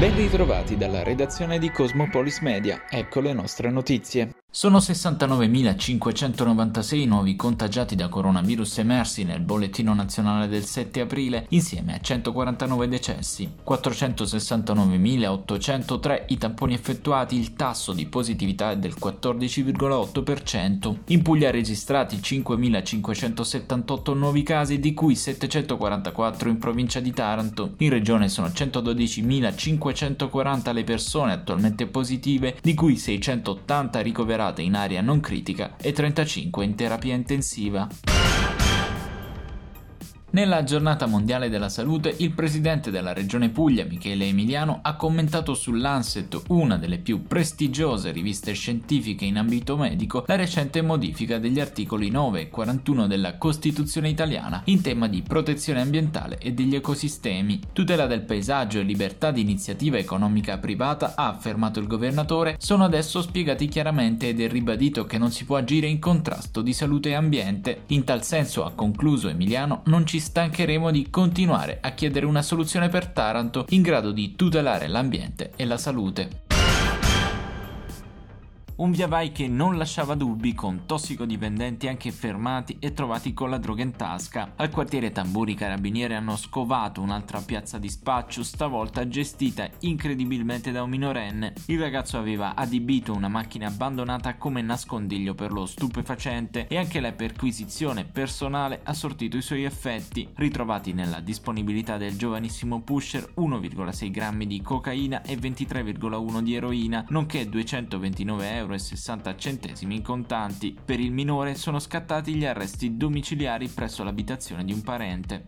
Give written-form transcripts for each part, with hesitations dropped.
Ben ritrovati dalla redazione di Cosmopolis Media, ecco le nostre notizie. Sono 69.596 nuovi contagiati da coronavirus emersi nel bollettino nazionale del 7 aprile, insieme a 149 decessi. 469.803 i tamponi effettuati, il tasso di positività è del 14,8%. In Puglia registrati 5.578 nuovi casi, di cui 744 in provincia di Taranto. In regione sono 112.540 le persone attualmente positive, di cui 680 ricoverate in area non critica e 35 in terapia intensiva. Nella giornata mondiale della salute, il presidente della regione Puglia, Michele Emiliano, ha commentato sull'Lancet, una delle più prestigiose riviste scientifiche in ambito medico, la recente modifica degli articoli 9 e 41 della Costituzione italiana in tema di protezione ambientale e degli ecosistemi. Tutela del paesaggio e libertà di iniziativa economica privata, ha affermato il governatore, sono adesso spiegati chiaramente ed è ribadito che non si può agire in contrasto di salute e ambiente. In tal senso, ha concluso Emiliano, non ci stancheremo di continuare a chiedere una soluzione per Taranto in grado di tutelare l'ambiente e la salute. Un via vai che non lasciava dubbi, con tossicodipendenti anche fermati e trovati con la droga in tasca. Al quartiere Tamburi i carabinieri hanno scovato un'altra piazza di spaccio, stavolta gestita incredibilmente da un minorenne. Il ragazzo aveva adibito una macchina abbandonata come nascondiglio per lo stupefacente e anche la perquisizione personale ha sortito i suoi effetti. Ritrovati nella disponibilità del giovanissimo pusher 1,6 grammi di cocaina e 23,1 di eroina, nonché 229,60 euro in contanti. Per il minore sono scattati gli arresti domiciliari presso l'abitazione di un parente.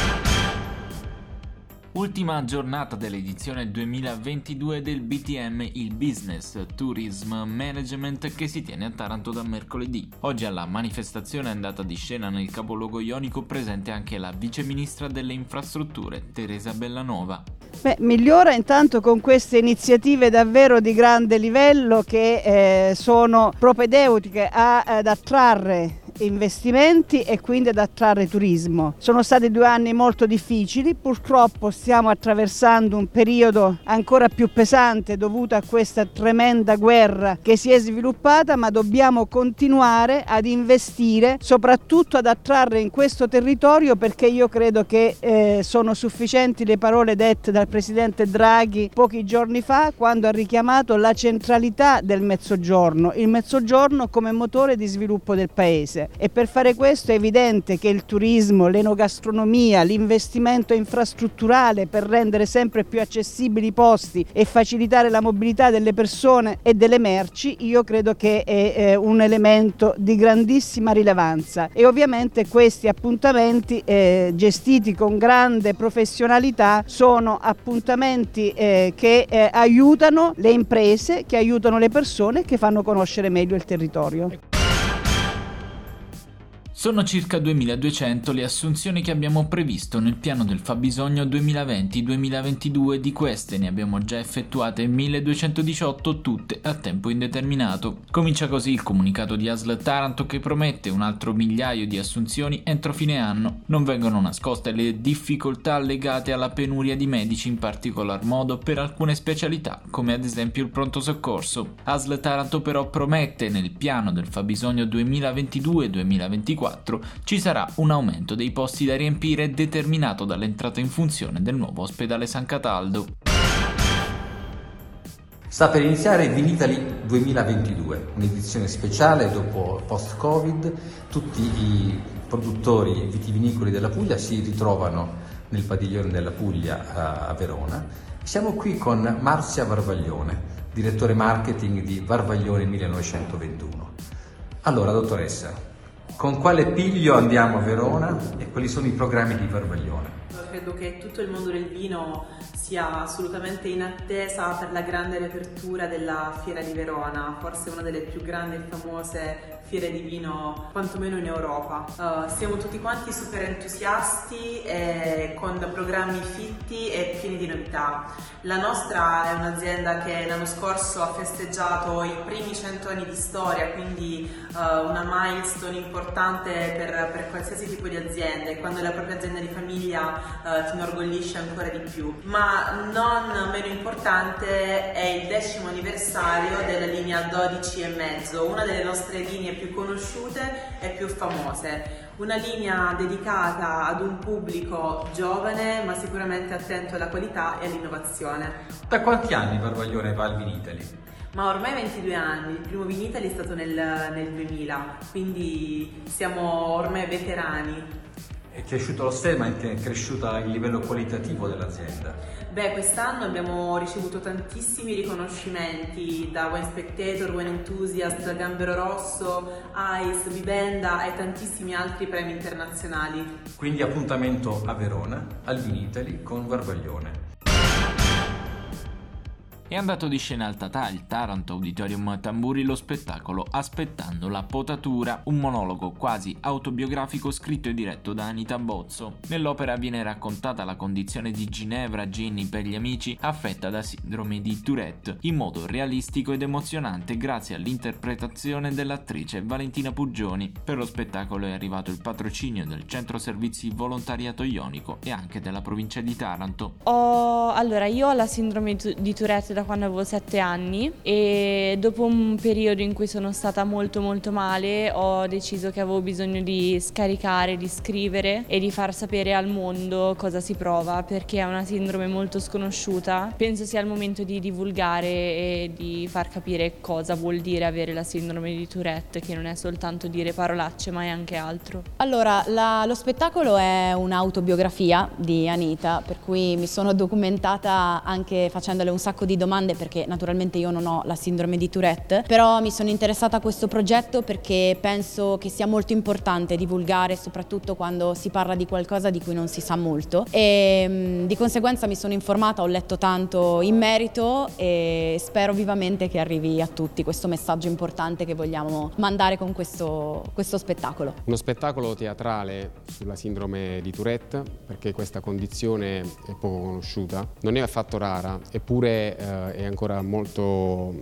Ultima giornata dell'edizione 2022 del BTM, il Business Tourism Management, che si tiene a Taranto da mercoledì. Oggi alla manifestazione è andata di scena nel capoluogo ionico presente anche la viceministra delle infrastrutture, Teresa Bellanova. Migliora intanto con queste iniziative davvero di grande livello che sono propedeutiche ad attrarre investimenti e quindi ad attrarre turismo. Sono stati 2 anni molto difficili, purtroppo stiamo attraversando un periodo ancora più pesante dovuto a questa tremenda guerra che si è sviluppata, ma dobbiamo continuare ad investire, soprattutto ad attrarre in questo territorio, perché io credo che sono sufficienti le parole dette dal Presidente Draghi pochi giorni fa, quando ha richiamato la centralità del Mezzogiorno, il Mezzogiorno come motore di sviluppo del Paese. E per fare questo è evidente che il turismo, l'enogastronomia, l'investimento infrastrutturale per rendere sempre più accessibili i posti e facilitare la mobilità delle persone e delle merci, io credo che è un elemento di grandissima rilevanza. E ovviamente questi appuntamenti gestiti con grande professionalità sono appuntamenti che aiutano le imprese, che aiutano le persone, che fanno conoscere meglio il territorio. Sono circa 2.200 le assunzioni che abbiamo previsto nel piano del fabbisogno 2020-2022, di queste ne abbiamo già effettuate 1.218, tutte a tempo indeterminato. Comincia così il comunicato di ASL Taranto, che promette un altro migliaio di assunzioni entro fine anno. Non vengono nascoste le difficoltà legate alla penuria di medici, in particolar modo per alcune specialità, come ad esempio il pronto soccorso. ASL Taranto però promette nel piano del fabbisogno 2022-2024 ci sarà un aumento dei posti da riempire determinato dall'entrata in funzione del nuovo ospedale San Cataldo. Sta per iniziare Vinitaly 2022, un'edizione speciale dopo post-Covid. Tutti i produttori vitivinicoli della Puglia si ritrovano nel padiglione della Puglia a Verona. Siamo qui con Marzia Varvaglione, direttore marketing di Varvaglione 1921. Allora, dottoressa, con quale piglio andiamo a Verona e quali sono i programmi di Varvaglione? Credo che tutto il mondo del vino sia assolutamente in attesa per la grande riapertura della Fiera di Verona, forse una delle più grandi e famose fiere di vino quantomeno in Europa. Siamo tutti quanti super entusiasti con programmi fitti e pieni di novità. La nostra è un'azienda che l'anno scorso ha festeggiato i primi 100 anni di storia, quindi una milestone importante per qualsiasi tipo di azienda, e quando la propria azienda di famiglia ti inorgoglisce ancora di più. Ma non meno importante è il 10° anniversario della linea 12,5, una delle nostre linee più conosciute e più famose. Una linea dedicata ad un pubblico giovane, ma sicuramente attento alla qualità e all'innovazione. Da quanti anni Varvaglione va al Vinitaly? Ma ormai 22 anni, il primo Vinitaly è stato nel 2000, quindi siamo ormai veterani. È cresciuto lo stesso, ma è cresciuto il livello qualitativo dell'azienda. Beh, quest'anno abbiamo ricevuto tantissimi riconoscimenti da Wine Spectator, Wine Enthusiast, Gambero Rosso, ICE, Vivenda e tantissimi altri premi internazionali. Quindi appuntamento a Verona, al Vinitaly con Varvaglione. È andato di scena al Tatà, il Taranto Auditorium Tamburi, lo spettacolo Aspettando la potatura, un monologo quasi autobiografico scritto e diretto da Anita Bozzo. Nell'opera viene raccontata la condizione di Ginevra Ginny per gli amici affetta da sindrome di Tourette in modo realistico ed emozionante grazie all'interpretazione dell'attrice Valentina Puggioni. Per lo spettacolo è arrivato il patrocinio del Centro Servizi Volontariato Ionico e anche della provincia di Taranto. Allora, io ho la sindrome di Tourette da quando avevo 7 anni e dopo un periodo in cui sono stata molto male ho deciso che avevo bisogno di scaricare, di scrivere e di far sapere al mondo cosa si prova, perché è una sindrome molto sconosciuta. Penso sia il momento di divulgare e di far capire cosa vuol dire avere la sindrome di Tourette, che non è soltanto dire parolacce ma è anche altro. Allora, lo spettacolo è un'autobiografia di Anita, per cui mi sono documentata anche facendole un sacco di domande, perché naturalmente io non ho la sindrome di Tourette, però mi sono interessata a questo progetto perché penso che sia molto importante divulgare, soprattutto quando si parla di qualcosa di cui non si sa molto, e di conseguenza mi sono informata, ho letto tanto in merito e spero vivamente che arrivi a tutti questo messaggio importante che vogliamo mandare con questo spettacolo. Uno spettacolo teatrale sulla sindrome di Tourette, perché questa condizione è poco conosciuta, non è affatto rara, eppure è ancora molto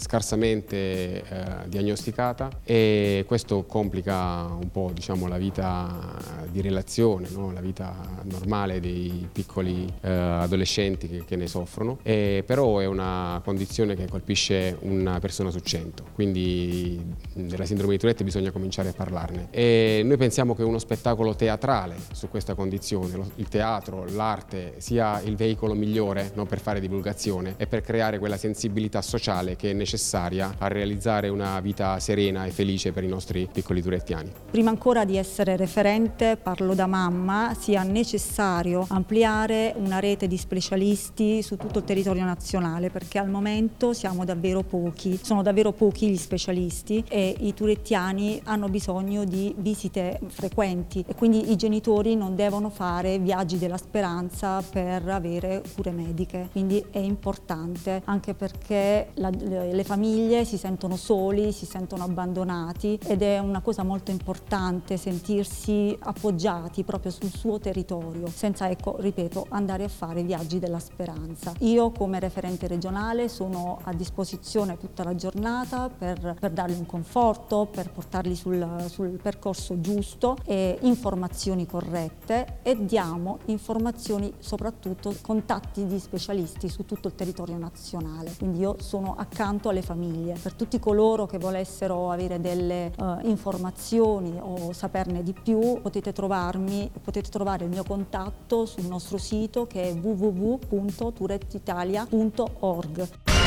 scarsamente diagnosticata, e questo complica un po', diciamo, la vita di relazione, no? La vita normale dei piccoli adolescenti che ne soffrono, però è una condizione che colpisce una persona su 100, quindi della sindrome di Tourette bisogna cominciare a parlarne, e noi pensiamo che uno spettacolo teatrale su questa condizione, il teatro, l'arte, sia il veicolo migliore, no, per fare divulgazione e per creare quella sensibilità sociale che è necessaria a realizzare una vita serena e felice per i nostri piccoli turettiani. Prima ancora di essere referente, parlo da mamma, sia necessario ampliare una rete di specialisti su tutto il territorio nazionale, perché al momento siamo davvero pochi, sono davvero pochi gli specialisti e i turettiani hanno bisogno di visite frequenti e quindi i genitori non devono fare viaggi della speranza per avere cure mediche, quindi è importante anche perché le famiglie si sentono soli, si sentono abbandonati, ed è una cosa molto importante sentirsi appoggiati proprio sul suo territorio senza, ripeto, andare a fare viaggi della speranza. Io come referente regionale sono a disposizione tutta la giornata per dargli un conforto, per portarli sul percorso giusto e informazioni corrette, e diamo informazioni, soprattutto contatti di specialisti su tutto il territorio nazionale. Quindi io sono accanto alle famiglie. Per tutti coloro che volessero avere delle informazioni o saperne di più, potete trovare il mio contatto sul nostro sito, che è www.touretteitalia.org.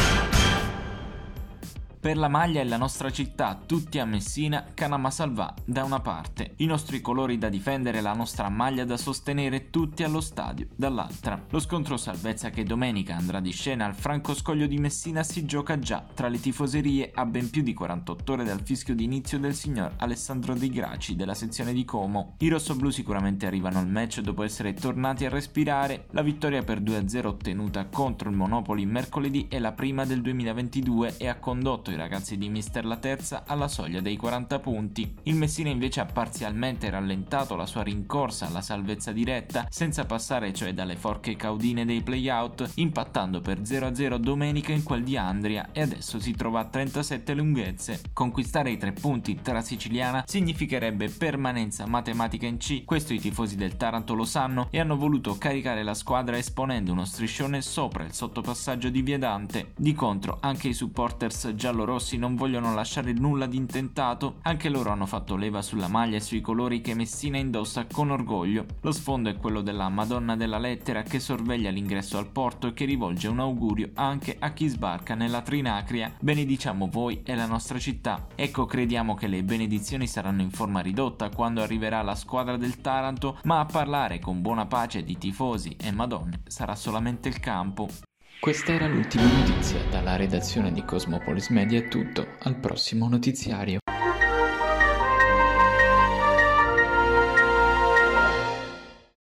Per la maglia e la nostra città, tutti a Messina, Canama Salvà da una parte, i nostri colori da difendere, la nostra maglia da sostenere, tutti allo stadio dall'altra. Lo scontro salvezza che domenica andrà di scena al Franco Scoglio di Messina si gioca già tra le tifoserie a ben più di 48 ore dal fischio di inizio del signor Alessandro Di Graci della sezione di Como. I rossoblù sicuramente arrivano al match dopo essere tornati a respirare. La vittoria per 2-0 ottenuta contro il Monopoli mercoledì è la prima del 2022 e ha condotto i ragazzi di Mister La Terza alla soglia dei 40 punti. Il Messina invece ha parzialmente rallentato la sua rincorsa alla salvezza diretta, senza passare cioè dalle forche caudine dei play-out, impattando per 0-0 domenica in quel di Andria e adesso si trova a 37 lunghezze. Conquistare i 3 punti in terra siciliana significherebbe permanenza matematica in C, questo i tifosi del Taranto lo sanno e hanno voluto caricare la squadra esponendo uno striscione sopra il sottopassaggio di Viadante. Di contro anche i supporters giallorossi non vogliono lasciare nulla di intentato, anche loro hanno fatto leva sulla maglia e sui colori che Messina indossa con orgoglio. Lo sfondo è quello della Madonna della Lettera che sorveglia l'ingresso al porto e che rivolge un augurio anche a chi sbarca nella Trinacria: benediciamo voi e la nostra città. Ecco, crediamo che le benedizioni saranno in forma ridotta quando arriverà la squadra del Taranto, ma a parlare con buona pace di tifosi e madonne sarà solamente il campo. Questa era l'ultima notizia. Dalla redazione di Cosmopolis Media è tutto, al prossimo notiziario.